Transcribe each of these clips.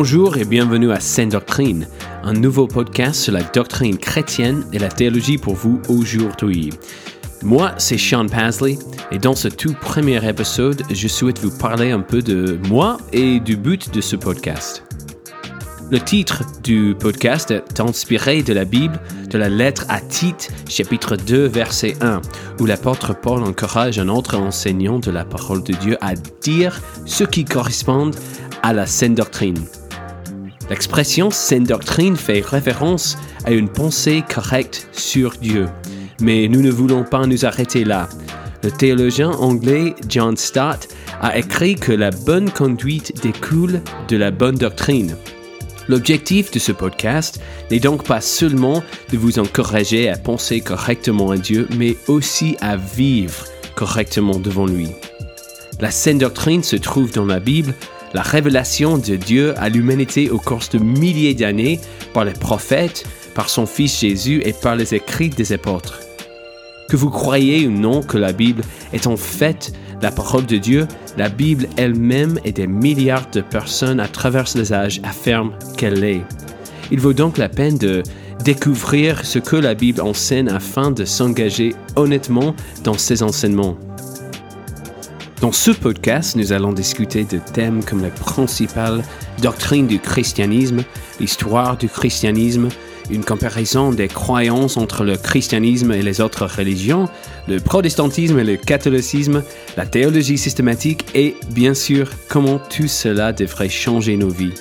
Bonjour et bienvenue à Saine Doctrine, un nouveau podcast sur la doctrine chrétienne et la théologie pour vous aujourd'hui. Moi, c'est Sean Pasley et dans ce tout premier épisode, je souhaite vous parler un peu de moi et du but de ce podcast. Le titre du podcast est inspiré de la Bible, de la lettre à Tite, chapitre 2, verset 1, où l'apôtre Paul encourage un autre enseignant de la parole de Dieu à dire ce qui correspond à la saine doctrine. L'expression saine doctrine fait référence à une pensée correcte sur Dieu, mais nous ne voulons pas nous arrêter là. Le théologien anglais John Stott a écrit que la bonne conduite découle de la bonne doctrine. L'objectif de ce podcast n'est donc pas seulement de vous encourager à penser correctement à Dieu, mais aussi à vivre correctement devant lui. La saine doctrine se trouve dans la Bible, la révélation de Dieu à l'humanité au cours de milliers d'années par les prophètes, par son Fils Jésus et par les écrits des apôtres. Que vous croyez ou non que la Bible est en fait la parole de Dieu, la Bible elle-même et des milliards de personnes à travers les âges affirment qu'elle est. Il vaut donc la peine de découvrir ce que la Bible enseigne afin de s'engager honnêtement dans ses enseignements. Dans ce podcast, nous allons discuter de thèmes comme les principales doctrines du christianisme, l'histoire du christianisme, une comparaison des croyances entre le christianisme et les autres religions, le protestantisme et le catholicisme, la théologie systématique et, bien sûr, comment tout cela devrait changer nos vies.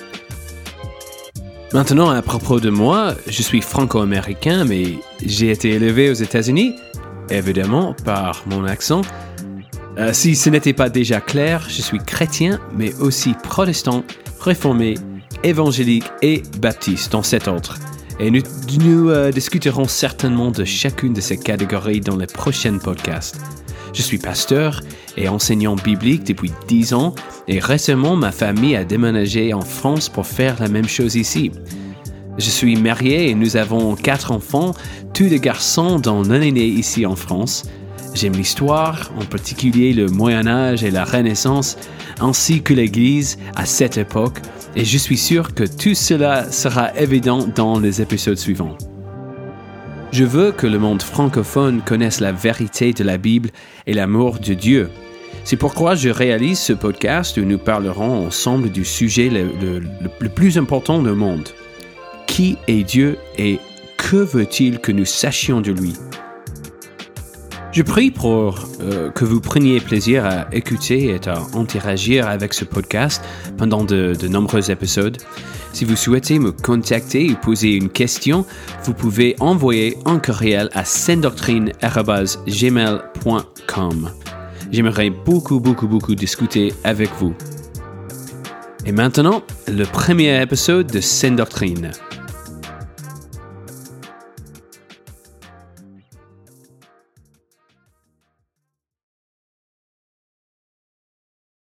Maintenant, à propos de moi, je suis franco-américain, mais j'ai été élevé aux États-Unis, évidemment, par mon accent. Si ce n'était pas déjà clair, je suis chrétien, mais aussi protestant, réformé, évangélique et baptiste, dans cet ordre. Et nous discuterons certainement de chacune de ces catégories dans les prochains podcasts. Je suis pasteur et enseignant biblique depuis 10 ans et récemment ma famille a déménagé en France pour faire la même chose ici. Je suis marié et nous avons 4 enfants, tous des garçons dont l'un est né ici en France. J'aime l'histoire, en particulier le Moyen-Âge et la Renaissance, ainsi que l'Église à cette époque, et je suis sûr que tout cela sera évident dans les épisodes suivants. Je veux que le monde francophone connaisse la vérité de la Bible et l'amour de Dieu. C'est pourquoi je réalise ce podcast où nous parlerons ensemble du sujet le plus important du monde. Qui est Dieu et que veut-il que nous sachions de lui ? Je prie pour que vous preniez plaisir à écouter et à interagir avec ce podcast pendant de nombreux épisodes. Si vous souhaitez me contacter ou poser une question, vous pouvez envoyer un courriel à sainedoctrine@gmail.com. J'aimerais beaucoup discuter avec vous. Et maintenant, le premier épisode de Saine Doctrine.